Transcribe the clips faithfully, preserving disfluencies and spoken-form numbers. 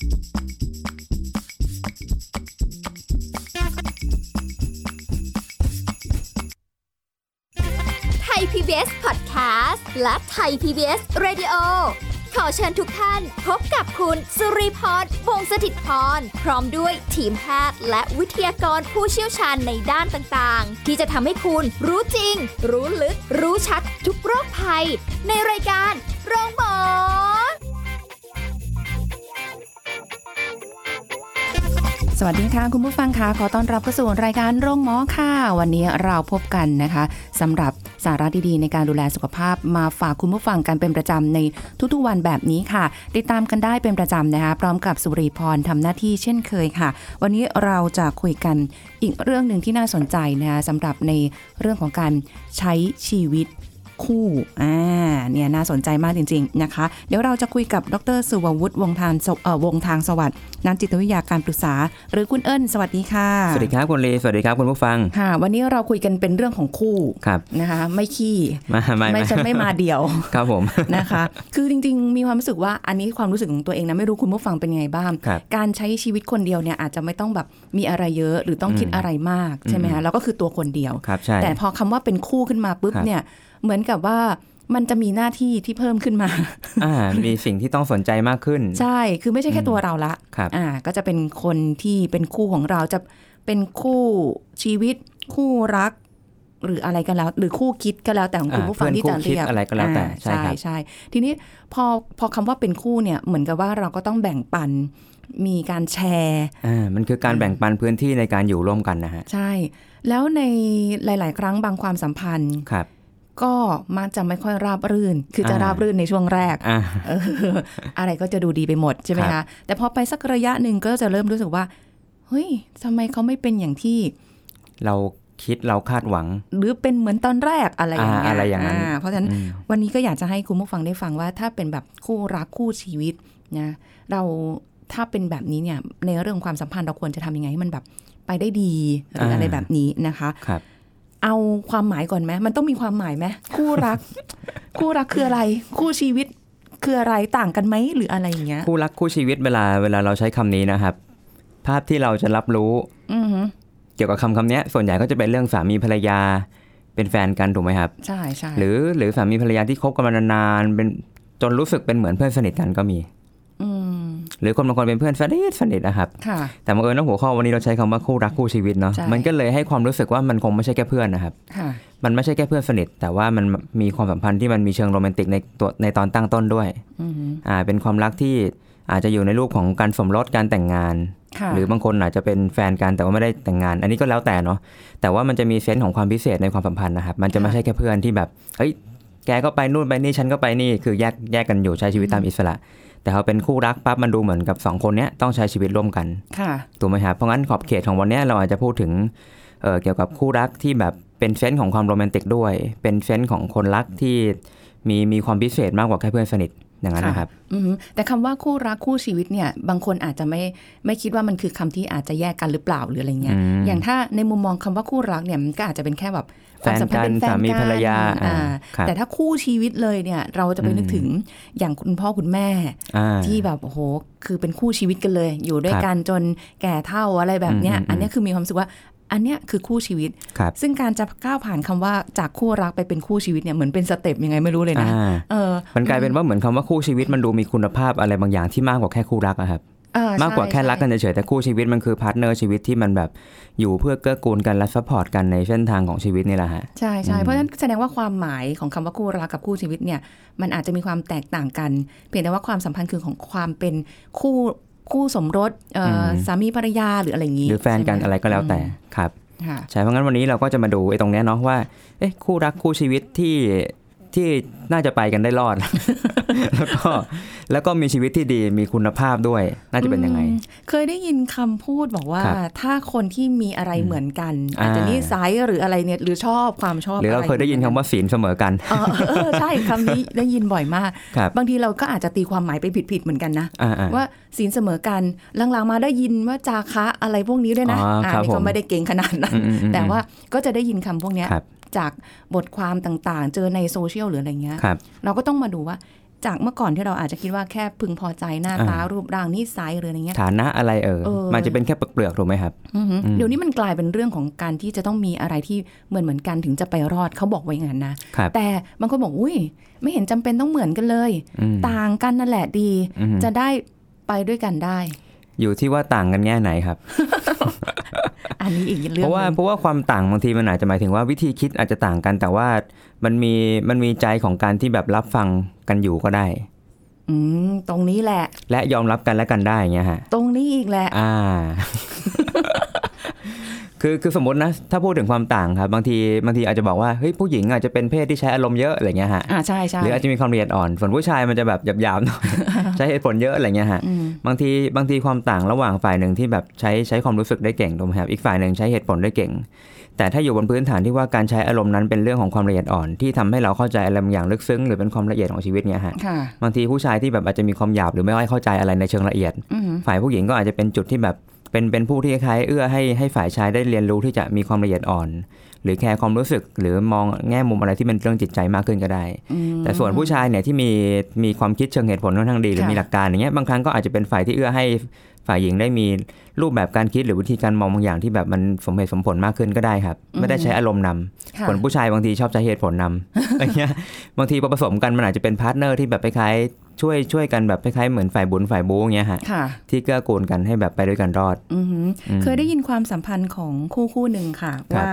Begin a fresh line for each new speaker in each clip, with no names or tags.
ไทย พี บี เอส Podcast และ Thai พี บี เอส Radio ขอเชิญทุกท่านพบกับคุณสุริพร วงศ์สถิตพรพร้อมด้วยทีมแพทย์และวิทยากรผู้เชี่ยวชาญในด้านต่างๆที่จะทำให้คุณรู้จริงรู้ลึกรู้ชัดทุกโรคภัยในรายการโรงหมอ
สวัสดีค่ะคุณผู้ฟังค่ะขอต้อนรับเข้าสู่รายการโรงหมอค่ะวันนี้เราพบกันนะคะสำหรับสาระดีๆในการดูแลสุขภาพมาฝากคุณผู้ฟังกันเป็นประจำในทุกๆวันแบบนี้ค่ะติดตามกันได้เป็นประจำนะคะพร้อมกับสุริพรทำหน้าที่เช่นเคยค่ะวันนี้เราจะคุยกันอีกเรื่องหนึ่งที่น่าสนใจนะคะสำหรับในเรื่องของการใช้ชีวิตคู่อ่าเนี่ยน่าสนใจมากจริงๆนะคะเดี๋ยวเราจะคุยกับดร.สุวัวุฒิวงศ์ทางเอ่อวงศ์ทางสวัสดิ์นักจิตวิทยาการปรึกษาหรือคุณเอิญสวัสดีค่ะ
สวัสดีครับคุณลีสวัสดีครับคุณผู้ฟัง
ค่ะวันนี้เราคุยกันเป็นเรื่องของคู่นะคะไม่ขี้
ไม่ไม่
ไม่ฉันไม่มาเดียว
ครับผม
นะคะคือจริงๆมีความรู้สึกว่าอันนี้ความรู้สึกของตัวเองนะไม่รู้คุณผู้ฟังเป็นไงบ้างการใช้ชีวิตคนเดียวเนี่ยอาจจะไม่ต้องแบบมีอะไรเยอะหรือต้องคิดอะไรมากใช่ไหมคะแล้วก็คือตัวคนเดียวแต่พอคำว่าเป็นคู่ขึ้นมาปุ๊บเนี่ยเหมือนกับว่ามันจะมีหน้าที่ที่เพิ่มขึ้นมา
อ่ามีสิ่งที่ต้องสนใจมากขึ้น
ใช่คือไม่ใช่แค่ตัวเราละอ่าก็จะเป็นคนที่เป็นคู่ของเราจะเป็นคู่ชีวิตคู่รักหรืออะไรกันแล้วหรือคู่คิดก็แล้วแต่ของคุณผู้ฟังที่จะเรียก
อะไรก็แล้วแต่ใช่
ใช่ทีนี้พอพอคำว่าเป็นคู่เนี่ยเหมือนกับว่าเราก็ต้องแบ่งปันมีการแชร์
อ่ามันคือการแบ่งปันพื้นที่ในการอยู่ร่วมกันนะฮะ
ใช่แล้วในหลายๆครั้งบางความสัมพันธ์
ครับ
ก็มักจะไม่ค่อยราบรื่นคือจะราบรื่นในช่วงแรก อ, เอออะไรก็จะดูดีไปหมดใช่ไหมคะแต่พอไปสักระยะหนึ่งก็จะเริ่มรู้สึกว่าเฮ้ยทำไมเขาไม่เป็นอย่างที่
เราคิดเราคาดหวัง
หรือเป็นเหมือนตอนแรกอะไรอย่างเงี้ย
อะไรอย่างนั้น
เพราะฉะนั้นวันนี้ก็อยากจะให้คุณผู้ฟังได้ฟังว่าถ้าเป็นแบบคู่รักคู่ชีวิตนะเราถ้าเป็นแบบนี้เนี่ยในเรื่องความสัมพันธ์เราควรจะทำยังไงให้มันแบบไปได้ดีหรืออะไรแบบนี้นะคะเอาความหมายก่อนไหมมันต้องมีความหมายไหมคู่รัก คู่รักคืออะไรคู่ชีวิตคืออะไรต่างกันไหมหรืออะไรอย่างเงี้ย
คู่รักคู่ชีวิตเวลาเวลาเราใช้คำนี้นะครับภาพที่เราจะรับรู้เกี่ยวกับคำคำนี้ส่วนใหญ่ก็จะเป็นเรื่องสามีภรรยาเป็นแฟนกันถูกไหมครับ
ใช่ใช่
หรือหรือสามีภรรยาที่คบกันมานานๆเป็นจนรู้สึกเป็นเหมือนเพื่อนสนิทกันก็มีหรือคนบางคนเป็นเพื่อนสนิทสนิทนะครับแต่บังเอิญว่าหัวข้อวันนี้เราใช้คำว่าคู่รักคู่ชีวิตเนาะมันก็เลยให้ความรู้สึกว่ามันคงไม่ใช่แค่เพื่อนนะครับมันไม่ใช่แค่เพื่อนสนิทแต่ว่ามันมีความสัมพันธ์ที่มันมีเชิงโรแมนติกในตัวในตอนตั้งต้นด้วยอ่าเป็นความรักที่อาจจะอยู่ในรูปของการสมรสการแต่งงานหรือบางคนอาจจะเป็นแฟนกันแต่ว่าไม่ได้แต่งงานอันนี้ก็แล้วแต่เนาะแต่ว่ามันจะมีเซนส์ของความพิเศษในความสัมพันธ์นะครับมันจะไม่ใช่แค่เพื่อนที่แบบเฮ้ยแกก็ไปนู่นไปนี่ฉันก็ไปนี่คือแยกแยกกันอยู่ใช้ชีวิตตามอิสระแต่เขาเป็นคู่รักปั๊บมันดูเหมือนกับสองคนเนี้ยต้องใช้ชีวิตร่วมกันถูกไหมครับเพราะงั้นขอบเขตของวันนี้เราอาจจะพูดถึง เ, เกี่ยวกับคู่รักที่แบบเป็นเซนส์ของความโรแมนติกด้วยเป็นเซนส์ของคนรักที่มีมีความพิเศษมากกว่าแค่เพื่อนสนิทอย่างนั้นนะครับ
แต่คำว่าคู่รักคู่ชีวิตเนี่ยบางคนอาจจะไม่ไม่คิดว่ามันคือคำที่อาจจะแยกกันหรือเปล่าหรืออะไรเงี้ย อ, อย่างถ้าในมุมมองคำว่าคู่รักเนี่ยมันก็อาจจะเป็นแค่แบบ
ความสัมพันธ์เป็นแฟนกันสามีภรรยา
แต่ถ้าคู่ชีวิตเลยเนี่ยเราจะไปนึกถึงอย่างคุณพ่อคุณแม่ที่แบบโอ้โหคือเป็นคู่ชีวิตกันเลยอยู่ด้วยกันจนแก่เฒ่าอะไรแบบเนี้ยอันนี้คือมีความรู้สึกว่าอันเนี้ยคือคู่ชีวิตซึ่งการจะก้าวผ่านคำว่าจากคู่รักไปเป็นคู่ชีวิตเนี่ยเหมือนเป็นสเต็ปยังไงไม่รู้เลยนะ
เออมันกลายเป็นว่าเหมือนคำว่าคู่ชีวิตมันดูมีคุณภาพอะไรบางอย่างที่มากกว่าแค่คู่รักอะครับมากกว่าแค่รักกันเฉยๆแต่คู่ชีวิตมันคือพาร์ทเนอร์ชีวิตที่มันแบบอยู่เพื่อเกื้อกูลกันและซัพพอร์ตกันในเส้นทางของชีวิตนี่แหละฮะ
ใช่ใช่เพราะฉะนั้นแสดงว่าความหมายของคำว่าคู่รักกับคู่ชีวิตเนี่ยมันอาจจะมีความแตกต่างกันเพียงแต่ว่าความสัมพันธ์คือของความเป็นคู่คู่สมรสสามีภรรยาหรืออะไรอย่างนี้
หรือแฟนกันอะไรก็แล้วแต่ครับใช่เพราะงั้นวันนี้เราก็จะมาดูไอ้ตรงนี้เนาะว่าเอ๊ะคู่รักคู่ชีวิตที่ที่น่าจะไปกันได้รอด แล้วก็แล้วก็มีชีวิตที่ดีมีคุณภาพด้วยน่าจะเป็นยังไง
เคยได้ยินคำพูดบอกว่าถ้าคนที่มีอะไรเหมือนกันอาจจะนิสัยหรืออะไรเนี่ยหรือชอบความชอบ
หรือเราเคยได้ยินคำว่าศีลเสมอกัน
เออใช่คำนี้ได้ยินบ่อยมากบางทีเราก็อาจจะตีความหมายไปผิดๆเหมือนกันนะว่าศีลเสมอกันหลังๆมาได้ยินว่าจาคะอะไรพวกนี้ด้วยนะอ่านี่ก็ไม่ได้เก่งขนาดนั้นแต่ว่าก็จะได้ยินคำพวกนี้จากบทความต่างๆเจอในโซเชียลหรืออะไรเงี้ยเราก็ต้องมาดูว่าจากเมื่อก่อนที่เราอาจจะคิดว่าแค่พึงพอใจหน้าตารูปร่างนิสัยหรืออะไรเงี้ย
ฐานะอะไรเออมันจะเป็นแค่เปลือกๆถูกไหมครับ
เดี๋ยวนี้มันกลายเป็นเรื่องของการที่จะต้องมีอะไรที่เหมือนเหมือนกันถึงจะไปรอดเขาบอกไว้อย่างนั้นนะแต่บางคนบอกอุ้ยไม่เห็นจำเป็นต้องเหมือนกันเลยต่างกันนั่นแหละดีจะได้ไปด้วยกันได้
อยู่ที่ว่าต่างกันแง่ไหนครับ
อันนี้อีกเรื่อง
เพราะว่าเพราะว่าความต่างบางทีมันอาจจะหมายถึงว่าวิธีคิดอาจจะต่างกันแต่ว่ามันมีมันมีใจของการที่แบบรับฟังกันอยู่ก็ได้
อืมตรงนี้แหละ
และยอมรับกันและกันได้อย่างเงี้ยฮะ
ตรงนี้อีกแหละ
อ่า คือคือสมมตินะถ้าพูดถึงความต่างครับบางทีบางทีอาจจะบอกว่าเฮ้ยผู้หญิงอาจจะเป็นเพศที่ใช้อารมณ์เยอะอะไรเงี้ยฮะ
อ่าใช่ใช่
หรืออาจจะมีความละเอียดอ่อนส่วนผู้ชายมันจะแบบหยาบๆหน่อย ใช้เหตุผลเยอะอะไรเงี้ยฮะบางทีบางทีความต่างระหว่างฝ่ายหนึ่งที่แบบใช้ใช้ความรู้สึกได้เก่งถูกไหมครับอีกฝ่ายหนึ่งใช้เหตุผลได้เก่งแต่ถ้าอยู่บนพื้นฐานที่ว่าการใช้อารมณ์นั้นเป็นเรื่องของความละเอียดอ่อนที่ทำให้เราเข้าใจอะไรบางอย่างลึกซึ้งหรือเป็นความละเอียดของชีวิตเนี่ยฮะบางทีผู้ชายที่แบบอาจจะมีความหยาบหรือไม่ค่อยเข้าใจอะไรในเชิงละเอียดฝ่ายผู้หญิงก็อาจจะเป็นจุดที่แบบเป็นเป็นผู้ที่คล้ายเอื้อให้ให้ฝ่ายชายได้เรียนรู้ที่จะมีความละเอียดอ่อนหรือแคร์ความรู้สึกหรือมองแง่มุมอะไรที่เป็นเรื่องจิตใจมากขึ้นก็ได้แต่ส่วนผู้ชายเนี่ยที่มีมีความคิดเชิงเหตุผลค่อนข้างดีหรือมีหลักการอย่างเงี้ยบางครั้งก็อาจจะเป็นฝ่ายที่เอื้อให้ฝ่ายหญิงได้มีรูปแบบการคิดหรือวิธีการมองบางอย่างที่แบบมันสมเหตุสมผลมากขึ้นก็ได้ครับไม่ได้ใช้อารมณ์นำส่วนผู้ชายบางทีชอบใช้เหตุผลนำอะไรเงี้ยบางทีผสมกันมันอาจจะเป็นพาร์ทเนอร์ที่แบบคล้ายช่วยช่วยกันแบบคล้ายๆเหมือนฝ่ายบุญฝ่ายบู๊อย่างเงี้ยฮะที่เกื้อกูลกันให้แบบไปด้วยกันรอด
เคยได้ยินความสัมพันธ์ของคู่คู่หนึ่งค่ะว่า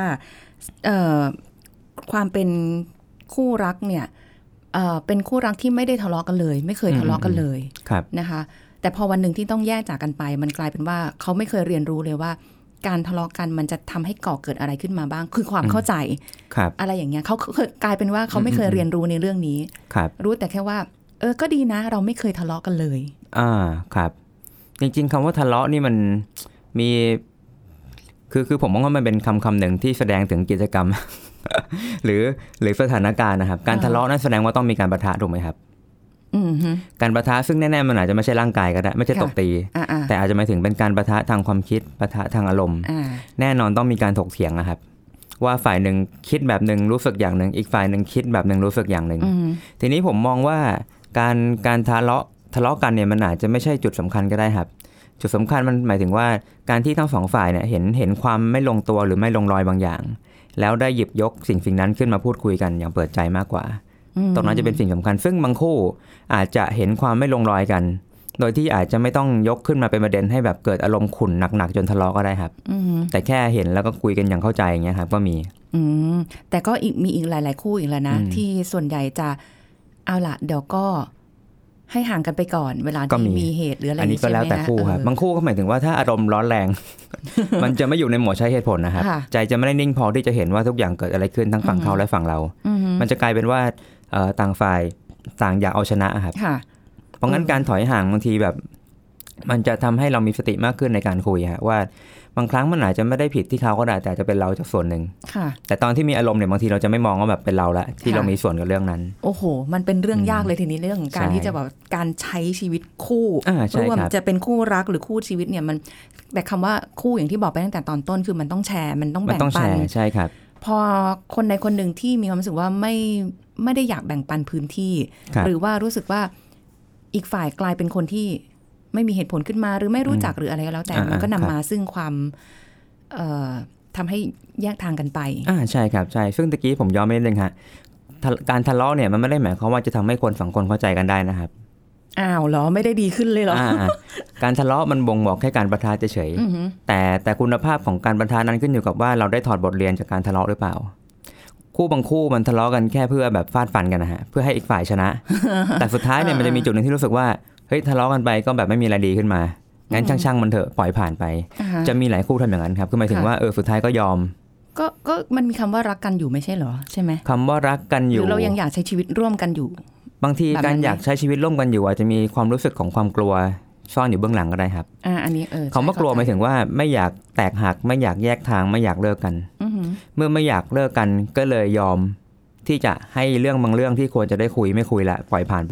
ความเป็นคู่รักเนี่ยเป็นคู่รักที่ไม่ได้ทะเลาะกันเลยไม่เคยทะเลาะกันเลยนะคะแต่พอวันหนึ่งที่ต้องแยกจากกันไปมันกลายเป็นว่าเขาไม่เคยเรียนรู้เลยว่าการทะเลาะกันมันจะทำให้ก่อเกิดอะไรขึ้นมาบ้างคือความเข้าใจอะไรอย่างเงี้ยเขากลายเป็นว่าเขาไม่เคยเรียนรู้ในเรื่องนี้รู้แต่แค่ว่าเออก็ดีนะเราไม่เคยทะเลาะกันเลย
อ่าครับจริงๆคำว่าทะเลาะนี่มันมีคือคือผมมองว่ามันเป็นคำคำหนึ่งที่แสดงถึงกิจกรรม หรือหรือสถานการณ์นะครับการทะเลาะนั้นแสดงว่าต้องมีการปะทะถูกไหมครับการปะทะซึ่งแน่ๆมันอาจจะไม่ใช่ร่างกายก็ได้ไม่ใช่ตบตีแต่อาจจะหมายถึงเป็นการปะทะทางความคิดปะทะทางอารมณ์แน่นอนต้องมีการถกเถียงนะครับว่าฝ่ายหนึ่งคิดแบบหนึ่งรู้สึกอย่างหนึ่งอีกฝ่ายหนึ่งคิดแบบหนึ่งรู้สึกอย่างหนึ่งทีนี้ผมมองว่าการการทะเลาะทะเลาะกันเนี่ยมันอาจจะไม่ใช่จุดสำคัญก็ได้ครับจุดสำคัญมันหมายถึงว่าการที่ทั้งสองฝ่ายเนี่ยเห็นเห็นความไม่ลงตัวหรือไม่ลงรอยบางอย่างแล้วได้หยิบยกสิ่งสิ่งนั้นขึ้นมาพูดคุยกันอย่างเปิดใจมากกว่าตรงนั้นจะเป็นสิ่งสำคัญซึ่งบางคู่อาจจะเห็นความไม่ลงรอยกันโดยที่อาจจะไม่ต้องยกขึ้นมาเป็นประเด็นให้แบบเกิดอารมณ์ขุ่นหนักๆจนทะเลาะก็ได้ครับแต่แค่เห็นแล้วก็คุยกันอย่างเข้าใจอย่างเงี้ยครับก็มี
แต่ก็อีกมีอีกหลายๆคู่อีกแล้วนะที่ส่วนใหญ่จะเอาละเดี๋ยวก็ให้ห่างกันไปก่อนเวลาที่มีเหตุหรืออะไร
อันนี้ก็แล้วแต่คู่ครับบางคู่ก็หมายถึงว่าถ้าอารมณ์ร้อนแรง มันจะไม่อยู่ในโหมดใช้เหตุผลนะครับใจจะไม่ได้นิ่งพอที่จะเห็นว่าทุกอย่างเกิดอะไรขึ้นทั้งฝั่งเขาและฝั่งเรามันจะกลายเป็นว่าต่างฝ่ายต่างอยากเอาชนะครับเพราะงั้นการถอยห่างบางทีแบบมันจะทำให้เรามีสติมากขึ้นในการคุยฮะว่าบางครั้งมันอาจจะไม่ได้ผิดที่เขาก็ได้แต่จะเป็นเราจากส่วนหนึ่งแต่ตอนที่มีอารมณ์เนี่ยบางทีเราจะไม่มองว่าแบบเป็นเราละที่เรามีส่วนกับเรื่องนั้น
โอ้โหมันเป็นเรื่องยากเลยทีนี้เรื่องของการที่จะแบบการใช้ชีวิตคู่ร่วมจะเป็นคู่รักหรือคู่ชีวิตเนี่ยมันแต่คำว่าคู่อย่างที่บอกไปตั้งแต่ตอนต้นคือมันต้องแชร์มันต้องแบ่งปัน
ใช่ครับ
พอคนใดคนหนึ่งที่มีความรู้สึกว่าไม่ไม่ได้อยากแบ่งปันพื้นที่หรือว่ารู้สึกว่าอีกฝ่ายกลายเป็นคนที่ไม่มีเหตุผลขึ้นมาหรือไม่รู้จักหรืออะไรก็แล้วแต่มันก็นำมาซึ่งความทำให้แยกทางกันไป
อ่าใช่ครับใช่ซึ่งตะกี้ผมย้อนไปนิดนึงฮะการทะเลาะเนี่ยมันไม่ได้หมายความว่าจะทำให้คนสองคนเข้าใจกันได้นะครับ
อ้าวเหรอไม่ได้ดีขึ้นเลยเหรอ
การทะเลาะมันบ่งบอกแค่การปะทะเฉยๆแต่แต่คุณภาพของการปะทะนั้นขึ้นอยู่กับว่าเราได้ถอดบทเรียนจากการทะเลาะหรือเปล่าคู่บางคู่มันทะเลาะกันแค่เพื่อแบบฟาดฟันกันนะฮะเพื่อให้อีกฝ่ายชนะ แต่สุดท้ายเนี่ยมันจะมีจุดนึงที่รู้สึกว่าเฮ้ยทะเลาะกันไปก็แบบไม่มีอะไรดีขึ้นมางั้นช่างๆมันเถอะปล่อยผ่านไปจะมีหลายคู่ทำอย่างนั้นครับคือหมายถึงว่าเออสุดท้ายก็ยอม
ก็ก็มันมีคำว่ารักกันอยู่ไม่ใช่เหรอใช่ไหม
คำว่ารักกันอยู่
หรือเรายังอยากใช้ชีวิตร่วมกันอยู่
บางทีการอยากใช้ชีวิตร่วมกันอยู่อาจจะมีความรู้สึกของความกลัวซ่อนอยู่เบื้องหลังก็ได้ครับ
อ่าอันนี้เออ
คำว่ากลัวหมายถึงว่าไม่อยากแตกหักไม่อยากแยกทางไม่อยากเลิกกันเมื่อไม่อยากเลิกกันก็เลยยอมที่จะให้เรื่องบางเรื่องที่ควรจะได้คุยไม่คุยละปล่อยผ่านไปเลย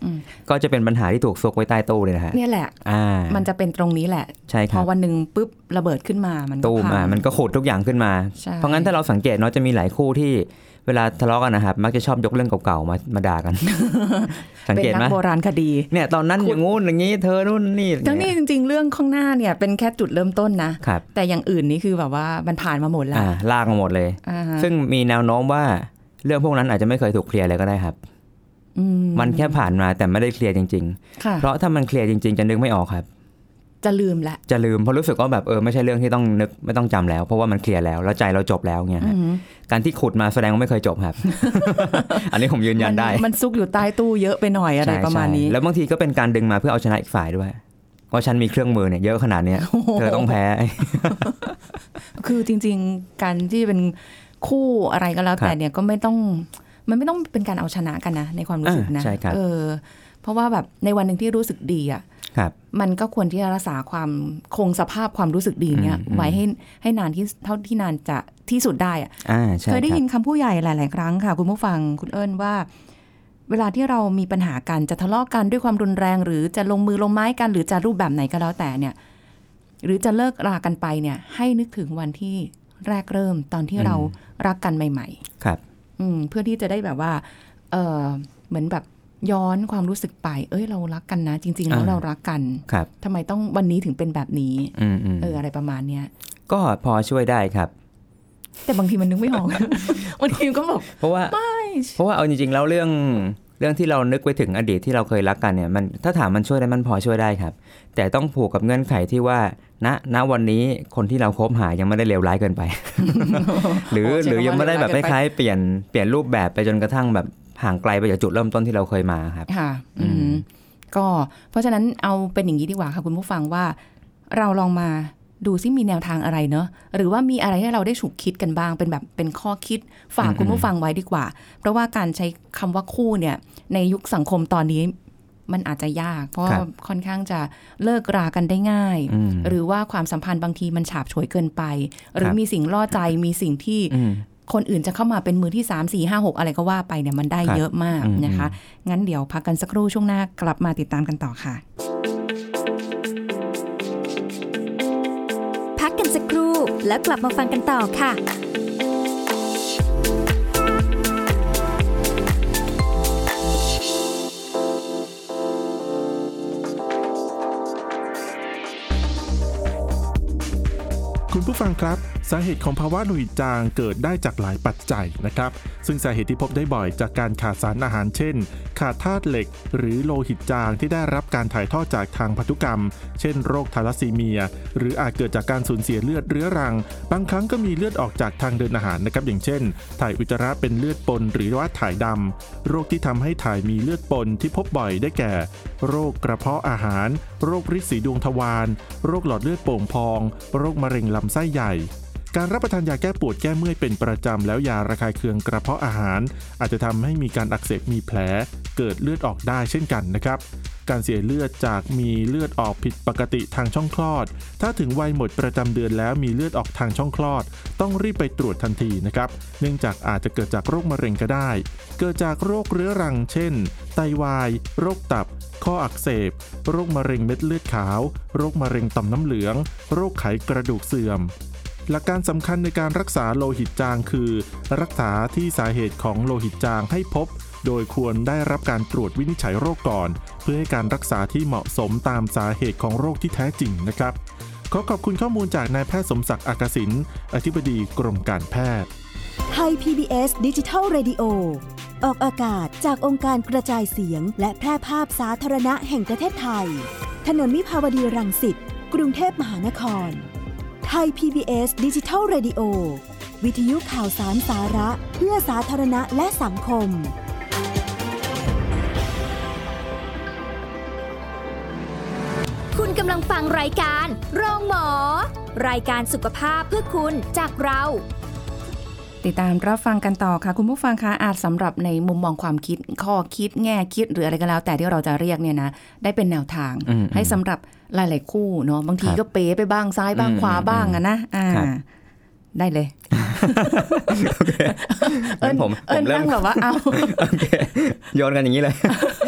ก็จะเป็นปัญหาที่ถูกซุกไว้ใต้ตู้เลยนะฮะ
เนี่ยแหละมันจะเป็นตรงนี้แหละ
ใช่ครับ
พอวันนึงปุ๊บระเบิดขึ้นมามันก็
ตู้มามันก็ขุดทุกอย่างขึ้นมาเพราะงั้นถ้าเราสังเกตเนาะจะมีหลายคู่ที่เวลาทะเลาะกันนะครับมักจะชอบยกเรื่องเก่าๆมามาด่ากันสังเกตไหม
เป็นนักโบราณคดี
เนี่ยตอนนั้นอย่างงู้นอย่างงี้เธอนู่นนี่
ทั้งนี้จริงๆเรื่องข้างหน้าเนี่ยเป็นแค่จุดเริ่มต้นนะแต่อย่างอื่นนี่คือแบบว่ามันผ่านมาหมดแล้ว
ลากมาหมดเลยซึ่งมีแนวโน้มว่าเรื่องพวกนั้นอาจจะไม่เคยถูกเคลียร์เลยก็ได้ครับมันแค่ผ่านมาแต่ไม่ได้เคลียร์จริงๆเพราะถ้ามันเคลียร์จริงๆจะนึกไม่ออกครับ
จะลืมละ
จะลืมเพราะรู้สึกว่าแบบเออไม่ใช่เรื่องที่ต้องนึกไม่ต้องจำแล้วเพราะว่ามันเคลียร์แล้วแล้วใจเราจบแล้วเงี้ยการที่ขุดมาแสดงว่าไม่เคยจบครับ อันนี้ผมยืนยันได้
มันซุกอยู่ใต้ตู้เยอะไปหน่อยอะไรประมาณนี้
แล้วบางทีก็เป็นการดึงมาเพื่อเอาชนะอีกฝ่ายด้วยว่าฉันมีเครื่องมือเนี่ยเยอะขนาดนี้เธอต้องแพ้
คือจริงๆการที่เป็นคู่อะไรก็แล้วแต่เนี่ยก็ไม่ต้องมันไม่ต้องเป็นการเอาชนะกันนะในความรู้สึกนะเออเพราะว่าแบบในวันหนึ่งที่รู้สึกดีอ่ะมันก็ควรที่จะรักษาความคงสภาพความรู้สึกดีเนี่ยไว้ให้ให้นานที่เท่าที่นานจะที่สุดได้อ่ะเคยได้ยินคำผู้ใหญ่หลายๆครั้งค่ะคุณผู้ฟังคุณเอิญว่าเวลาที่เรามีปัญหากันจะทะเลาะกันด้วยความรุนแรงหรือจะลงมือลงไม้กันหรือจะรูปแบบไหนก็แล้วแต่เนี่ยหรือจะเลิกรากันไปเนี่ยให้นึกถึงวันที่แรกเริ่มตอนที่เรารักกันใหม่
ๆครับ
เพื่อที่จะได้แบบว่าเออเหมือนแบบย้อนความรู้สึกไปเอ้ยเรารักกันนะจริงๆแล้วเรารักกันทำไมต้องวันนี้ถึงเป็นแบบนี้เอออะไรประมาณเนี้ย
ก็พอช่วยได้ครับ
แต่บางทีมันนึกไม่ออก บางทีก็แบบ
เพราะว่าเพราะว่าเอาจริงๆแล้วเรื่องเรื่องที่เรานึกไปถึงอดีตที่เราเคยรักกันเนี่ยมันถ้าถามมันช่วยได้มันพอช่วยได้ครับแต่ต้องผูกกับเงื่อนไขที่ว่าณณวันนี้คนที่เราคบหายังไม่ได้เลวร้ายเกินไป หรือหรือยังไม่ได้แบบคล้ายๆเปลี่ยนเปลี่ยนรูปแบบไปจนกระทั่งแบบห่างไกลไปจากจุดเริ่มต้นที่เราเคยมาครับ
ค่ะอืมก็เพราะฉะนั้นเอาเป็นอย่างนี้ดีกว่าค่ะคุณผู้ฟังว่าเราลองมาดูซิมีแนวทางอะไรเนอะหรือว่ามีอะไรให้เราได้ฉุกคิดกันบ้างเป็นแบบเป็นข้อคิดฝากคุณผู้ฟังไว้ดีกว่าเพราะว่าการใช้คำว่าคู่เนี่ยในยุคสังคมตอนนี้มันอาจจะยากเพราะค่อนข้างจะเลิกรากันได้ง่ายหรือว่าความสัมพันธ์บางทีมันฉาบฉวยเกินไปหรือมีสิ่งล่อใจมีสิ่งที่คนอื่นจะเข้ามาเป็นมือที่สาม สี่ ห้า หกอะไรก็ว่าไปเนี่ยมันได้เยอะมากนะคะงั้นเดี๋ยวพักกันสักครู่ช่วงหน้ากลับมาติดตามกันต่อค่ะ
พักกันสักครู่แล้วกลับมาฟังกันต่อค่ะ
คุณผู้ฟังครับสาเหตุของภาวะโลหิตจางเกิดได้จากหลายปัจจัยนะครับซึ่งสาเหตุที่พบได้บ่อยจากการขาดสารอาหารเช่นขาดธาตุเหล็กหรือโลหิตจางที่ได้รับการถ่ายทอดจากทางพันธุกรรมเช่นโรคทาลัสซีเมียหรืออาจเกิดจากการสูญเสียเลือดเรื้อรังบางครั้งก็มีเลือดออกจากทางเดินอาหารนะครับอย่างเช่นถ่ายอุจจาระเป็นเลือดปนหรือว่าถ่ายดำโรคที่ทำให้ถ่ายมีเลือดปนที่พบบ่อยได้แก่โรคกระเพาะอาหารโรคริดสีดวงทวารโรคหลอดเลือดโป่งพองโรคมะเร็งลำไส้ใหญ่การรับประทานยาแก้ปวดแก้เมื่อยเป็นประจำแล้วยาระคายเคืองกระเพาะอาหารอาจจะทำให้มีการอักเสบมีแผลเกิดเลือดออกได้เช่นกันนะครับการเสียเลือดจากมีเลือดออกผิดปกติทางช่องคลอดถ้าถึงวัยหมดประจำเดือนแล้วมีเลือดออกทางช่องคลอดต้องรีบไปตรวจทันทีนะครับเนื่องจากอาจจะเกิดจากโรคมะเร็งก็ได้เกิดจากโรคเรื้อรังเช่นไตวายโรคตับข้ออักเสบโรคมะเร็งเม็ดเลือดขาวโรคมะเร็งต่อมน้ำเหลืองโรคไขกระดูกเสื่อมหลักการสำคัญในการรักษาโลหิตจางคือรักษาที่สาเหตุของโลหิตจางให้พบโดยควรได้รับการตรวจวินิจฉัยโรคก่อนเพื่อให้การรักษาที่เหมาะสมตามสาเหตุของโรคที่แท้จริงนะครับขอขอบคุณข้อมูลจากนายแพทย์สมศักดิ์อากสินอธิบดีกรมการแพทย์
ไทย พี บี เอส Digital Radio ออกอากาศจากองค์การกระจายเสียงและแพร่ภาพสาธารณะแห่งประเทศไทยถนนวิภาวดีรังสิตกรุงเทพมหานครไทย พี บี เอส Digital Radio วิทยุข่าวสารสาระเพื่อสาธารณะและสังคม
คุณกำลังฟังรายการโรงหมอรายการสุขภาพเพื่อคุณจากเรา
ติดตามรับฟังกันต่อค่ะคุณผู้ฟังคะอาจสำหรับในมุมมองความคิดข้อคิดแง่คิดหรืออะไรก็แล้วแต่ที่เราจะเรียกเนี่ยนะได้เป็นแนวทางให้สำหรับหลายๆคู่เนาะบางทีก็เป๋ไปบ้างซ้ายบ้างขวาบ้างอะนะอ่าได้เลย
เอิ้นผม
เอิ้นนั่งแบบว่าเอา
โอเคโยนกันอย่างนี้เลย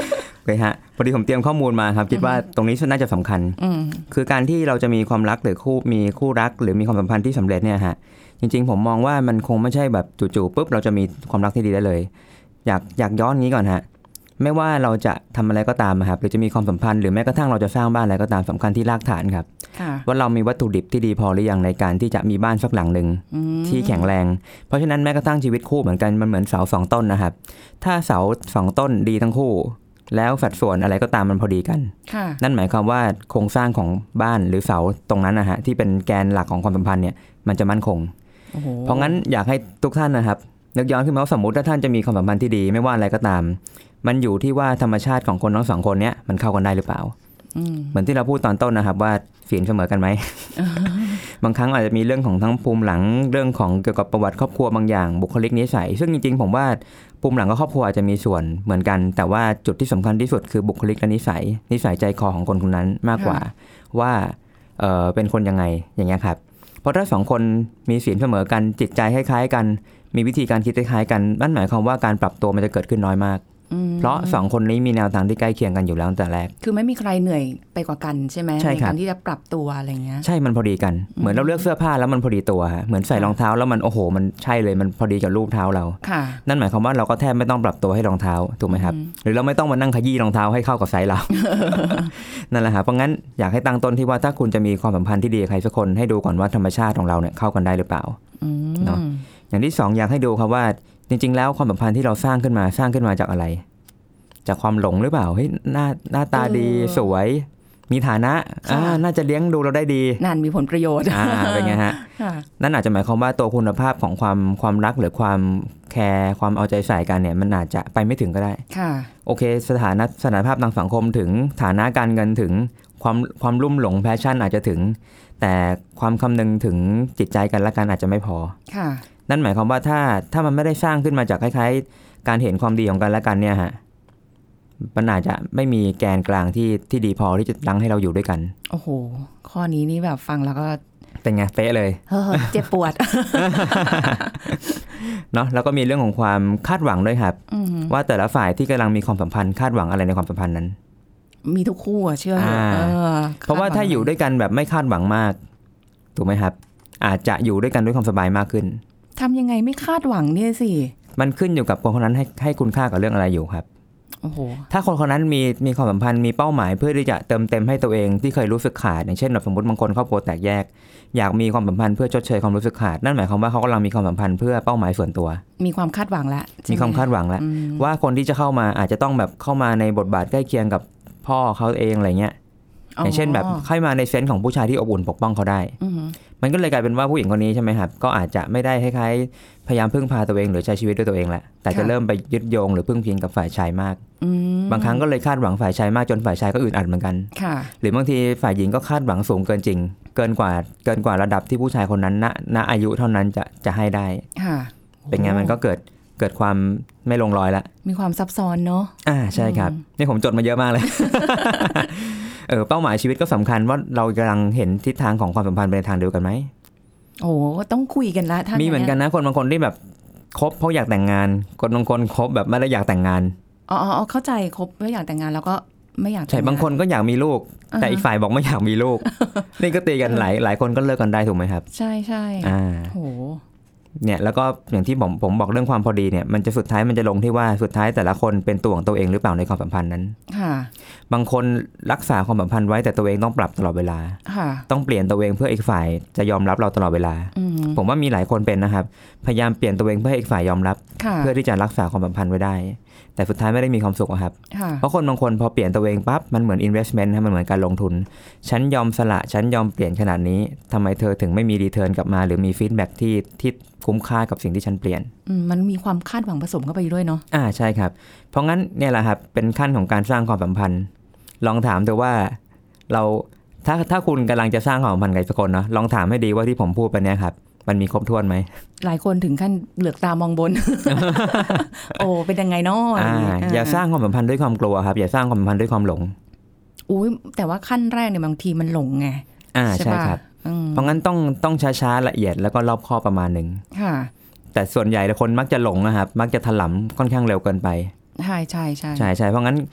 เลยฮะพอดีผมเตรียมข้อมูลมาครับคิดว่าตรงนี้น่าจะสำคัญคือการที่เราจะมีความรักหรือคู่มีคู่รักหรือมีความสัมพันธ์ที่สำเร็จเนี่ยฮะจริงๆผมมองว่ามันคงไม่ใช่แบบจู่ๆปุ๊บเราจะมีความรักที่ดีได้เลยอยากอยากย้อนงี้ก่อนฮะไม่ว่าเราจะทำอะไรก็ตามครับหรือจะมีความสัมพันธ์หรือแม้กระทั่งเราจะสร้างบ้านอะไรก็ตามสำคัญที่รากฐานครับว่าเรามีวัตถุดิบที่ดีพอหรือยังในการที่จะมีบ้านสักหลังหนึ่งที่แข็งแรงเพราะฉะนั้นแม้กระทั่งชีวิตคู่เหมือนกันมันเหมือนเสาสองต้นนะครับถ้าเสาสองต้นดีทั้งคู่แล้วสัดส่วนอะไรก็ตามมันพอดีกันนั่นหมายความว่าโครงสร้างของบ้านหรือเสาตรงนั้นนะฮะที่เป็นแกนหลักของความสัมพันธ์เนี่ยมันจะมั่นคงเพราะงั้นอยากให้ทุกท่านนะครับนึกย้อนขึ้นมาว่าสมมติถ้าท่านจะมีความสัมพันธ์ที่ดีไม่ว่าอะไรก็ตามมันอยู่ที่ว่าธรรมชาติของคนทั้งสองคนเนี้ยมันเข้ากันได้หรือเปล่าเหมือนที่เราพูดตอนต้นนะครับว่าศีลเสมอกันไหม บางครั้งอาจจะมีเรื่องของทั้งภูมิหลังเรื่องของเกี่ยวกับประวัติครอบครัวบางอย่างบุคลิกนิสัยซึ่งจริงๆผมว่าภูมิหลังกับครอบครัวอาจจะมีส่วนเหมือนกันแต่ว่าจุดที่สำคัญที่สุดคือบุคลิกและนิสัยนิสัยใจคอของคนคนนั้นมากกว่าว่าเออเป็นคนยังไงอย่างเงี้ยครับเพราะถ้าสองคนมีศีลเสมอกันจิตใจคล้ายๆกันมีวิธีการคิดคล้ายๆกันนั่นหมายความว่าการปรับตัวมันจะเกิดขึ้นน้อยมากเพราะสองคนนี้มีแนวทางที่ใกล้เคียงกันอยู่แล้วตั้งแต่แรก
คือไม่มีใครเหนื่อยไปกว่ากันใช่ไหมในการที่จะปรับตัวอะไรเงี้ย
ใช่มันพอดีกันเหมือนเราเลือกเสื้อผ้าแล้วมันพอดีตัวเหมือนใส่รองเท้าแล้วมันโอ้โหมันใช่เลยมันพอดีกับรูปเท้าเรานั่นหมายความว่าเราก็แทบไม่ต้องปรับตัวให้รองเท้าถูกไหมครับหรือเราไม่ต้องมานั่งขยี้รองเท้าให้เข้ากับไซส์เรา นั่นแหละครับเพราะงั้นอยากให้ตั้งต้นที่ว่าถ้าคุณจะมีความสัมพันธ์ที่ดีกับใครสักคนให้ดูก่อนว่าธรรมชาติของเราเนี่ยเข้ากันได้หรือเปล่าเนาะอย่างที่สองอยากให้ดูครับว่าจริงๆแล้วความสัมพันธ์ที่เราสร้างขึ้นมาสร้างขึ้นมาจากอะไรจากความหลงหรือเปล่าเฮ้ยหน้าหน้าตาดีสวยมีฐานะอ่าน่าจะเลี้ยงดูเราได้ดี
นั่นมีผลประโยชน์
อ่าเป็นไงฮะนั่นอาจจะหมายความว่าตัวคุณภาพของความความรักหรือความแคร์ความเอาใจใส่กันเนี่ยมันอาจจะไปไม่ถึงก็ได้
ค่ะ
โอเคสถานะสถานภาพทางสังคมถึงฐานะการเงินถึงความความลุ่มหลงแพชชั่นอาจจะถึงแต่ความคำนึงถึงจิตใจกันและกันอาจจะไม่พอ
ค่ะ
นั่นหมายความว่าถ้าถ้ามันไม่ได้สร้างขึ้นมาจากคล้ายๆการเห็นความดีของกันและกันเนี่ยฮะมันอาจจะไม่มีแกนกลางที่ที่ดีพอที่จะดังให้เราอยู่ด้วยกัน
โอ้โหข้อนี้นี่แบบฟังแล้วก็
เป็นไงเป๊ะเลย
เจ็บปวด
เนาะแล้วก็มีเรื่องของความคาดหวังด้วยครับว่าแต่ละฝ่ายที่กำลังมีความสัมพันธ์คาดหวังอะไรในความสัมพันธ์นั้น
มีทุกคู่เชื่อ
เพราะว่าถ้าอยู่ด้วยกันแบบไม่คาดหวังมากถูกไหมครับอาจจะอยู่ด้วยกันด้วยความสบายมากขึ้น
ทำยังไงไม่คาดหวังเนี่ยสิ
มันขึ้นอยู่กับคนคนนั้นให้ให้คุณค่ากับเรื่องอะไรอยู่ครับถ้าคนคนนั้นมีมีความสัมพันธ์มีเป้าหมายเพื่อที่จะเติมเต็มให้ตัวเองที่เคยรู้สึกขาดอย่างเช่นแบบสมมติบางคนครอบครัวแตกแยกอยากมีความสัมพันธ์เพื่อชดเชยความรู้สึกขาดนั่นหมายความว่าเขากำลังมีความสัมพันธ์เพื่อเป้าหมายส่วนตัว
มีความคาดหวังแล้ว
มีความคาดหวังแล้วว่าคนที่จะเข้ามาอาจจะต้องแบบเข้ามาในบทบาทใกล้เคียงกับพ่อเขาเองอะไรเงี้ยอย่างเช่นแบบเข้ามาในเซนส์ของผู้ชายที่อบอุ่นปกป้องเขาได้มันก็เลยกลายเป็นว่าผู้หญิงคนนี้ใช่ไหมครับก็อาจจะไม่ได้คล้ายๆพยายามพึ่งพาตัวเองหรือใช้ชีวิตด้วยตัวเองแหละแต่จะเริ่มไปยึดโยงหรือพึ่งพิงกับฝ่ายชายมากบางครั้งก็เลยคาดหวังฝ่ายชายมากจนฝ่ายชายก็อึดอัดเหมือนกันหรือบางทีฝ่ายหญิงก็คาดหวังสูงเกินจริงเกินกว่าเกินกว่าระดับที่ผู้ชายคนนั้นณณอายุเท่านั้นจะจะให้ได้เป็นไงมันก็เกิดเกิดความไม่ลงรอยละ
มีความซับซ้อนเนาะ
อ่าใช่ครับนี่ผมจดมาเยอะมากเลย เออเป้าหมายชีวิตก็สำคัญว่าเรากำลังเห็นทิศทางของความสัมพันธ์ไปในทางเดียวกันไหม
โอ้ต้องคุยกันละ
มีเหมือนกันนะคนบางคนที่แบบคบเพราะอยากแต่งงานคนบางคนคบแบบไม่ได้อยากแต่งงาน
อ๋อเข้าใจคบเพราะอยากแต่งงานแล้วก็ไม่อยาก
ใช่บางคนก็อยากมีลูกแต่อีกฝ่ายบอกไม่อยากมีลูกนี่ก็ตีกันหลายหลายคนก็เลิกกันได้ถูกไหมครับ
ใช่ใช่
อ่าโหเนี่ยแล้วก็อย่างที่ผมผมบอกเรื่องความพอดีเนี่ยมันจะสุดท้ายมันจะลงที่ว่าสุดท้ายแต่ละคนเป็นตัวของตัวเองหรือเปล่าในความสัมพันธ์นั้น
ค่ะ
บางคนรักษาความสัมพันธ์ไว้แต่ตัวเองต้องปรับตลอดเวลา
ค่ะ
ต้องเปลี่ยนตัวเองเพื่ออีกฝ่ายจะยอมรับเราตลอดเวลาผมว่ามีหลายคนเป็นนะครับพยายามเปลี่ยนตัวเองเพื่อให้อีกฝ่ายยอมรับเพื่อที่จะรักษาความสัมพันธ์ไว้ได้แต่สุดท้ายไม่ได้มีความสุขครับเพราะคนบางคนพอเปลี่ยนตัวเองปั๊บมันเหมือน investment มันเหมือนการลงทุนฉันยอมสละฉันยอมเปลี่ยนขนาดนี้ทำไมเธอถึงไม่มีรีเทิร์นกลับมาหรือมีฟีดแบ็กที่ที่คุ้มค่ากับสิ่งที่ฉันเปลี่ยน
มันมีความคาดหวังผสมเข้าไปด้วยเนาะ
อ่าใช่ครับเพราะงั้นเนี่ยแหละครับเป็นขั้นของการสร้างความสัมพันธ์ลองถามเธอว่าเราถ้าถ้าคุณกำลังจะสร้างความสัมพันธ์กับสักคนเนาะลองถามให้ดีว่าที่ผมพูดไปเนี่ยครับมันมีครบถ้วนไหม
หลายคนถึงขั้นเหลือกตามองบน โอ้เป็นยังไงเนาะ
อ่าอย่าสร้างความสัมพันธ์ด้วยความกลัวครับอย่าสร้างความสัมพันธ์ด้วยความหลง
อุ้ยแต่ว่าขั้นแรกเนี่ยบางทีมันหลงไง
อ่าใช่ครับเพราะงั้นต้องต้องช้าๆละเอียดแล้วก็รอบคอบประมาณหนึ่ง
ค่ะ
แต่ส่วนใหญ่คนมักจะหลงนะครับมักจะถลำค่อนข้างเร็วเกินไป
ใช่ใช่ใช่
ใช่ใช่เพราะงั้น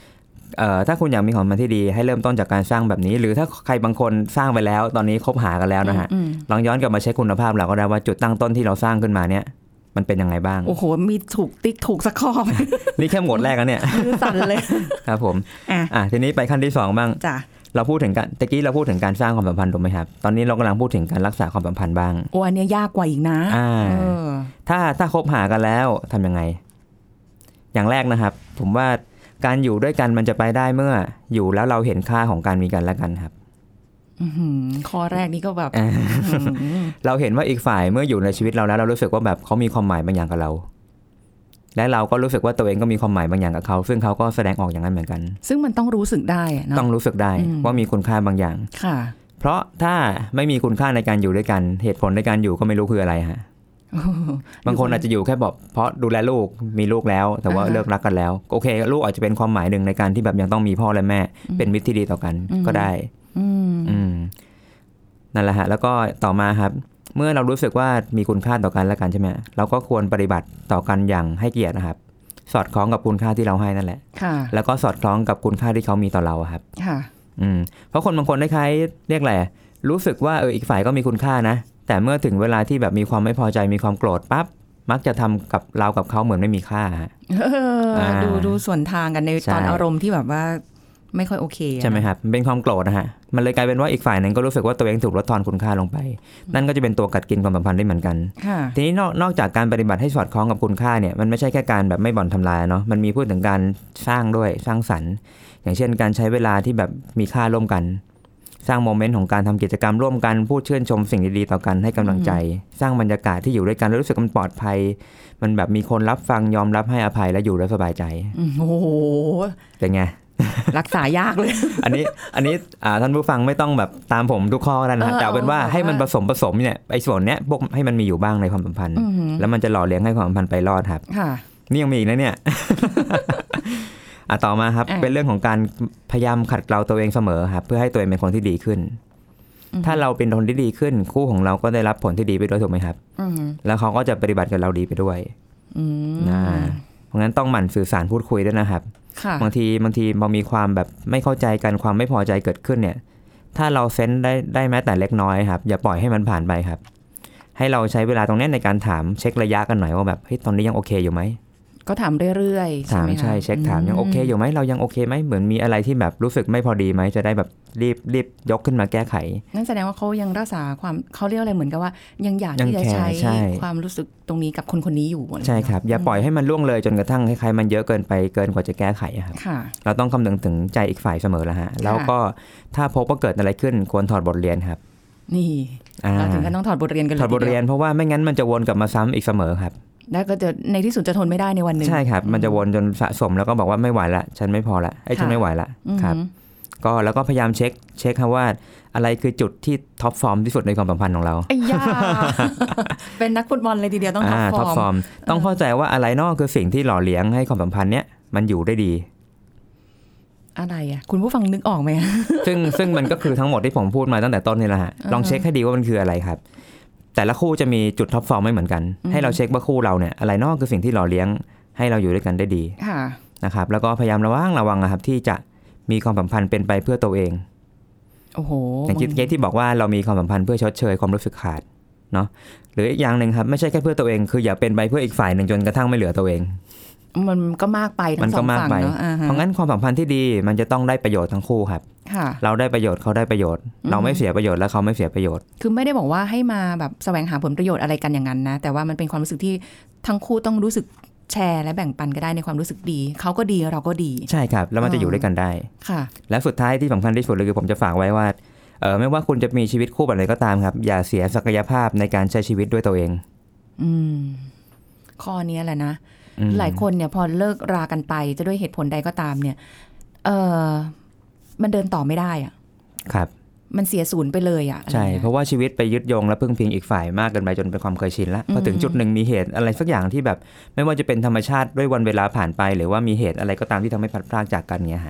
เอ่อถ้าคุณอยากมีความสัมพันธ์ที่ดีให้เริ่มต้นจากการสร้างแบบนี้หรือถ้าใครบางคนสร้างไปแล้วตอนนี้คบหากันแล้วนะฮะลองย้อนกลับมาเช็คคุณภาพเราก็ได้ว่าจุดตั้งต้นที่เราสร้างขึ้นมาเนี่ยมันเป็นยังไงบ้าง
โอ้โหมีถูกติ๊กถูกสักข้อ
นี่แค่หมวดแรกแล้วเนี่ย
มือสั่นเลย
ครับผมอ่ะทีนี้ไปขั้นที่สองบ้าง
จ้ะ
เราพูดถึงกันตะกี้เราพูดถึงการสร้างความสัมพันธ์ถูกไหมครับตอนนี้เรากำลังพูดถึงการรักษาความสัมพันธ์บ้าง
โอ้อันนี้ยากกว่าอีกนะ
อ่าถ้าถ้าคบหากันแล้วทำยังไงอย่างแรกนะครับผมว่าการอยู่ด้วยกันมันจะไปได้เมื่ออยู่แล้วเราเห็นค่าของการมีกันและกันครับ
ข้อแรกนี่ก็แบบ
เราเห็นว่าอีกฝ่ายเมื่ออยู่ในชีวิตเราแล้วเรารู้สึกว่าแบบเขามีความหมายบางอย่างกับเราและเราก็รู้สึกว่าตัวเองก็มีความหมายบางอย่างกับเขาซึ่งเขาก็แสดงออกอย่างนั้นเหมือนกัน
ซึ่งมันต้องรู้สึกได้นะ
ต้องรู้สึกได้ว่ามีคุณค่าบางอย่าง
ค่ะ
เพราะถ้าไม่มีคุณค่าในการอยู่ด้วยกันเหตุผลในการอยู่ก็ไม่รู้คืออะไรฮะบางคนอาจจะอยู่แค่บอกเพราะดูแลลูกมีลูกแล้วแต่ว่าเลิกรักกันแล้วโอเคลูกอาจจะเป็นความหมายหนึ่งในการที่แบบยังต้องมีพ่อและแม่เป็นมิตรที่ดีต่อกันก็ได้อืมนั่นแหละฮะแล้วก็ต่อมาครับเมื่อเรารู้สึกว่ามีคุณค่าต่อกันและกันใช่ไหมเราก็ควรปฏิบัติต่อกันอย่างให้เกียรตินะครับสอดคล้องกับคุณค่าที่เราให้นั่นแหละแล้วก็สอดคล้องกับคุณค่าที่เขามีต่อเราครับอืมเพราะคนบางคนคล้ายๆเรียกอะไรรู้สึกว่าเอออีกฝ่ายก็มีคุณค่านะแต่เมื่อถึงเวลาที่แบบมีความไม่พอใจมีความโกรธปั๊บมักจะทำกับเรากับเขาเหมือนไม่มีค่า
ดูดูส่วนทางกันในตอนอารมณ์ที่แบบว่าไม่ค่อยโอเค
ใช่ไหมครับเป็นความโกรธนะฮะมันเลยกลายเป็นว่าอีกฝ่ายหนึ่งก็รู้สึกว่าตัวเองถูกลดทอนคุณค่าลงไปนั่นก็จะเป็นตัวกัดกินความสัมพันธ์ได้เหมือนกันทีนี้นอกจากการปฏิบัติให้สอดคล้องกับคุณค่าเนี่ยมันไม่ใช่แค่การแบบไม่บ่อนทำลายเนาะมันมีพูดถึงการสร้างด้วยสร้างสรรค์อย่างเช่นการใช้เวลาที่แบบมีค่าร่วมกันสร้างโมเมนต์ของการทำกิจกรรมร่วมกันพูดชื่นชมสิ่งดีๆต่อกันให้กำลังใจสร้างบรรยากาศที่อยู่ด้วยกันแล้วรู้สึกมันปลอดภัยมันแบบมีคนรับฟังยอมรับให้อภัยและอยู่แล้วสบายใจ
โอ้โห
เป็นไง
รักษายากเลย
อันนี้อันนี้ท่านผู้ฟังไม่ต้องแบบตามผมทุกข้อแล้วนะแต่เอาเป็นว่าให้มันผสมผสมเนี่ยไอ้ส่วนเนี้ยพวกให้มันมีอยู่บ้างในความสัมพันธ์แล้วมันจะหล่อเลี้ยงให้ความสัมพันธ์ไปรอดครับนี่ยังมีอีกนะเนี่ยอ่ะต่อมาครับเป็นเรื่องของการพยายามขัดเกลาตัวเองเสมอครับเพื่อให้ตัวเองเป็นคนที่ดีขึ้นถ้าเราเป็นคนที่ดีขึ้นคู่ของเราก็ได้รับผลที่ดีไปด้วยถูกไหมครับแล้วเขาก็จะปฏิบัติกับเราดีไปด้วยนะเพราะงั้นต้องหมั่นสื่อสารพูดคุยด้วยนะครับบางทีบางทีพอมีความแบบไม่เข้าใจกันความไม่พอใจเกิดขึ้นเนี่ยถ้าเราเซนส์ได้ได้แม้แต่เล็กน้อยครับอย่าปล่อยให้มันผ่านไปครับให้เราใช้เวลาตรงนี้ในการถามเช็คระยะกันหน่อยว่าแบบเฮ้ยตอนนี้ยังโอเคอยู่ไหม
ก็ถามเรื่อยๆ
ถามใช่เช็คถามยังโอเคอยู่ไหมเรายังโอเคไหมเหมือนมีอะไรที่แบบรู้สึกไม่พอดีไหมจะได้แบบรีบรีบยกขึ้นมาแก้ไข
นั่นแสดงว่าเขายังรักษาความเขาเรียกอะไรเหมือนกับว่ายังอยากที่จะใช้ความรู้สึกตรงนี้กับคนคนนี้อยู่
ใช่ครับอย่าปล่อยให้มันล่วงเลยจนกระทั่งคล้ายๆมันเยอะเกินไปเกินกว่าจะแก้ไขครับเราต้องคำนึงถึงใจอีกฝ่ายเสมอแล้วฮะแล้วก็ถ้าพบว่าเกิดอะไรขึ้นควรถอดบทเรียนครับ
นี่เราถึงกันต้องถอดบทเรียนกันเลย
ถอดบทเรียนเพราะว่าไม่งั้นมันจะวนกลับมาซ้ำอีกเสมอครับ
แล้วก็จะในที่สุดจะทนไม่ได้ในวันนึง
ใช่ครับมันจะวนจนสะสมแล้วก็บอกว่าไม่ไหวละฉันไม่พอละไอ้ฉันไม่ไหวละครับก็แล้วก็พยายามเช็คเช็คครับว่าอะไรคือจุดที่ท็อปฟอร์มที่สุดในความสัมพันธ์ของเรา
ไอ้ยาเป็นนักฟุตบอลเลยทีเดียวต้องท็อปฟอร์ม
ต้องเข้าใจว่าอะไรนอกคือสิ่งที่หล่อเลี้ยงให้ความสัมพันธ์เนี้ยมันอยู่ได้ดี
อะไรอ่ะคุณผู้ฟังนึกออกไหม
ซึ่งซึ่งมันก็คือทั้งหมดที่ผมพูดมาตั้งแต่ต้นนี่แหละฮะลองเช็คให้ดีว่ามันคืออะไรครับแต่ละคู่จะมีจุดท็อปฟอร์มไม่เหมือนกันให้เราเช็คว่าคู่เราเนี่ยอะไรนอกคือสิ่งที่หล่อเลี้ยงให้เราอยู่ด้วยกันได้ดีนะครับแล้วก็พยายามระวังระวังนะครับที่จะมีความสัมพันธ์เป็นไปเพื่อตัวเอง
โอ้โห
อย่างที่เกที่บอกว่าเรามีความสัมพันธ์เพื่อชดเชยความรู้สึกขาดเนาะหรืออีกอย่างนึงครับไม่ใช่แค่เพื่อตัวเองคืออย่าเป็นไปเพื่ออีกฝ่ายนึงจนกระทั่งไม่เหลือตัวเอง
มันก็มากไปทั้งสองฝั่งเนาะ
เพราะงั้นความสัมพันธ์ที่ดีมันจะต้องได้ประโยชน์ทั้งคู่ครับเราได้ประโยชน์เขาได้ประโยชน์เราไม่เสียประโยชน์และเขาไม่เสียประโยชน์
คือไม่ได้บอกว่าให้มาแบบแสวงหาผลประโยชน์อะไรกันอย่างนั้นนะแต่ว่ามันเป็นความรู้สึกที่ทั้งคู่ต้องรู้สึกแชร์และแบ่งปันกันได้ในความรู้สึกดีเขาก็ดีเราก็ดี
ใช่ครับแล้วมันจะอยู่ด้วยกันได้
ค่ะ
และสุดท้ายที่สำคัญที่สุดเลยคือผมจะฝากไว้ว่าเออไม่ว่าคุณจะมีชีวิตคู่แบบไหนก็ตามครับอย่าเสียศักยภาพในการใช้ชีวิตด้วยตัวเอง
อืมข้อนี้แหละนะหลายคนเนี่ยพอเลิกรากันไปจะด้วยเหตุผลใดก็ตามเนี่ยเออมันเดินต่อไม่ได้อ่ะ
ครับ
มันเสียศูนย์ไปเลยอ่ะ
ใช่เพราะว่าชีวิตไปยึดโยงและพึ่งพิงอีกฝ่ายมากเกินไปจนเป็นความเคยชินแล้วพอถึงจุดหนึ่งมีเหตุอะไรสักอย่างที่แบบไม่ว่าจะเป็นธรรมชาติด้วยวันเวลาผ่านไปหรือว่ามีเหตุอะไรก็ตามที่ทำให้พลัดพรากจากกันเงี้ยฮะ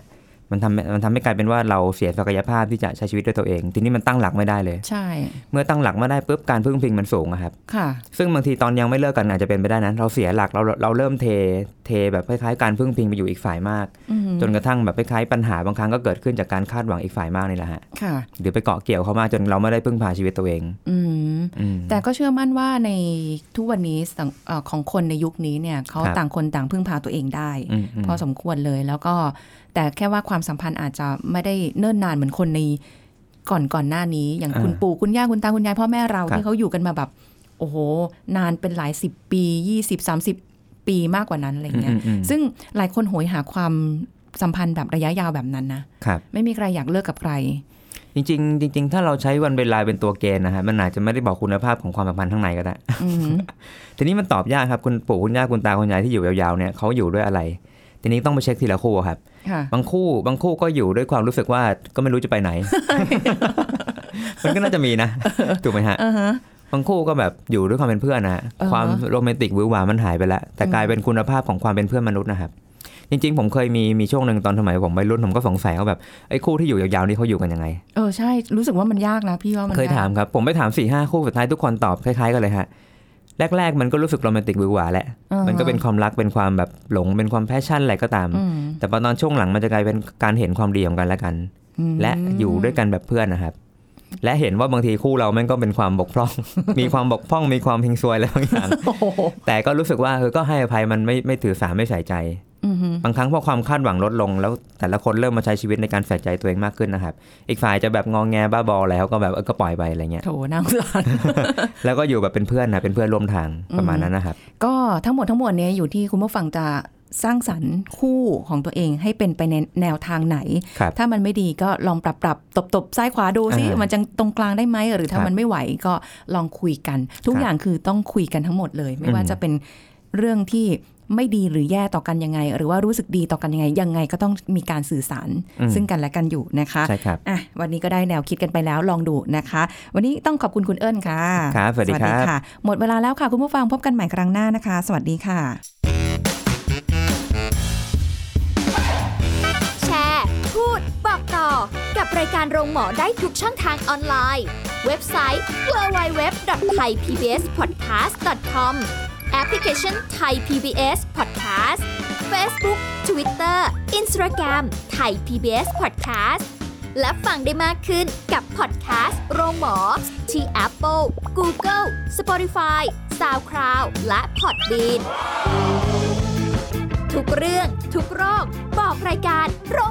มันทำมันทำให้กลายเป็นว่าเราเสียศักยภาพที่จะใช้ชีวิตด้วยตัวเองทีนี้มันตั้งหลักไม่ได้เลย
ใช่
เมื่อตั้งหลักไม่ได้ปุ๊บการพึ่งพิงมันสูงครับ
ค่ะ
ซึ่งบางทีตอนยังไม่เลิกกันอาจจะเป็นไปได้นะเราเสียหลักเราเราเริ่มเทเทแบบคล้ายๆการพึ่งพิงไปอยู่อีกฝ่ายมากจนกระทั่งแบบคล้ายๆปัญหาบางครั้งก็เกิดขึ้นจากการคาดหวังอีกฝ่ายมากนี่แหละฮะ
ค่ะ
หรือไปเกาะเกี่ยวเขามากจนเราไม่ได้พึ่งพาชีวิตตัวเอง
อืมแต่ก็เชื่อมั่นว่าในทุกวันนี้ของคนในยุคนี้เนี่ยเขาต่างคนต่างพึ่งพาตัวเองได้พอสมควรเลยแล้วก็แต่แค่ว่าความสัมพันธ์อาจจะไม่ได้เนิ่นนานเหมือนคนในก่อนก่อนหน้านี้อย่างคุณปู่คุณย่าคุณตาคุณยายพ่อแม่เราที่เขาอยู่กันมาแบบโอ้โหนานเป็นหลายสิบปียี่สิบ สามสิบปีมากกว่านั้นอะไรเงี้ยซึ่งหลายคนโหยหาความสัมพันธ์แบบระยะยาวแบบนั้นนะไม่มีใครอยากเลิกกับใคร
จริงๆจริงๆถ้าเราใช้วันเวลาเป็นตัวเกณฑ์นะฮะมันอาจจะไม่ได้บอกคุณภาพของความสัมพันธ์ข้างในก็ได้ ทีนี้มันตอบยากครับคุณปู่คุณย่าคุณตาคุณยายที่อยู่ยาวๆเนี่ยเขาอยู่ด้วยอะไรทีนี้ต้องไปเช็คทีละคู่ครับบางคู่บางคู่ก็อยู่ด้วยความรู้สึกว่าก็ไม่รู้จะไปไหน มันก็น่าจะมีนะถูกไหมฮะบางคู่ก็แบบอยู่ด้วยความเป็นเพื่อนนะความโรแมนติกวิวหวามันหายไปแล้วแต่กลายเป็นคุณภาพของความเป็นเพื่อนมนุษย์นะครับจริงๆผมเคยมีมีช่วงนึงตอนสมัยผมวัยรุ่นผมก็สงสัยว่าแบบไอ้คู่ที่อยู่ยาวๆนี่เขาอยู่กันยังไง
เออใช่รู้สึกว่ามันยากนะพี่ว่ามัน
เคยถามครับผมไปถาม สี่ห้า คู่สุดท้ายทุกคนตอบคล้ายๆกันเลยฮะแรกๆมันก็รู้สึกโรแมนติกวิวหวาแหละมันก็เป็นความรักเป็นความแบบหลงเป็นความแพชชั่นอะไรก็ตามแต่พอตอนช่วงหลังมันจะกลายเป็นการเห็นความดีของกันและกันและอยู่ด้วยกันแบบเพื่อนนะครับและเห็นว่าบางทีคู่เราแม่งก็เป็นความบกพร่อง มีความบกพร่องมีความพิงซวยอะไรบางอย่าง แต่ก็รู้สึกว่าเออก็ให้อภัยมันไม่ไม่ถือสาไม่ใส่ใจบางครั้งพอความคาดหวังลดลงแล้วแต่ละคนเริ่มมาใช้ชีวิตในการใส่ใจตัวเองมากขึ้นนะครับอีกฝ่ายจะแบบงอแงบ้าบอแล้วก็แบบเออก็ปล่อยไปอะไรเงี้ย
โถน่าสงสาร
แล้วก็อยู่แบบเป็นเพื่อนนะเป็นเพื่อนร่วมทางประมาณนั้นนะครับ
ก็ทั้งหมดทั้งมวลนี้อยู่ที่คุณผู้ฟังจะสร้างสรรค์คู่ของตัวเองให้เป็นไปในแนวทางไหนถ้ามันไม่ดีก็ลองปรับปรับตบตบซ้ายขวาดูซิมันจะตรงกลางได้ไหมหรือถ้ามันไม่ไหวก็ลองคุยกันทุกอย่างคือต้องคุยกันทั้งหมดเลยไม่ว่าจะเป็นเรื่องที่ไม่ดีหรือแย่ต่อกันยังไงหรือว่ารู้สึกดีต่อกันยังไงยังไงก็ต้องมีการสื่อสารซึ่งกันและกันอยู่นะคะ
ใช่ครับ
อ่ะวันนี้ก็ได้แนวคิดกันไปแล้วลองดูนะคะวันนี้ต้องขอบคุณคุณเอิญค่ะ
ครับสวัสดีครับ
ค่ะหมดเวลาแล้วค่ะคุณผู้ฟังพบกันใหม่ครั้งหน้านะคะสวัสดีค่ะ
แชร์พูดบอกต่อกับรายการโรงหมอได้ทุกช่องทางออนไลน์เว็บไซต์ ดับเบิลยู ดับเบิลยู ดับเบิลยู ดอท ไทย พี บี เอส พอดแคสต์ ดอท คอม แอปพลิเคชัน Thai พี บี เอส Podcast Facebook Twitter Instagram Thai พี บี เอส Podcast และฟังได้มากขึ้นกับ Podcast โรงหมอที่ Apple, Google, Spotify, SoundCloud และ Podbean ทุกเรื่องทุกโรคบอกรายการโรง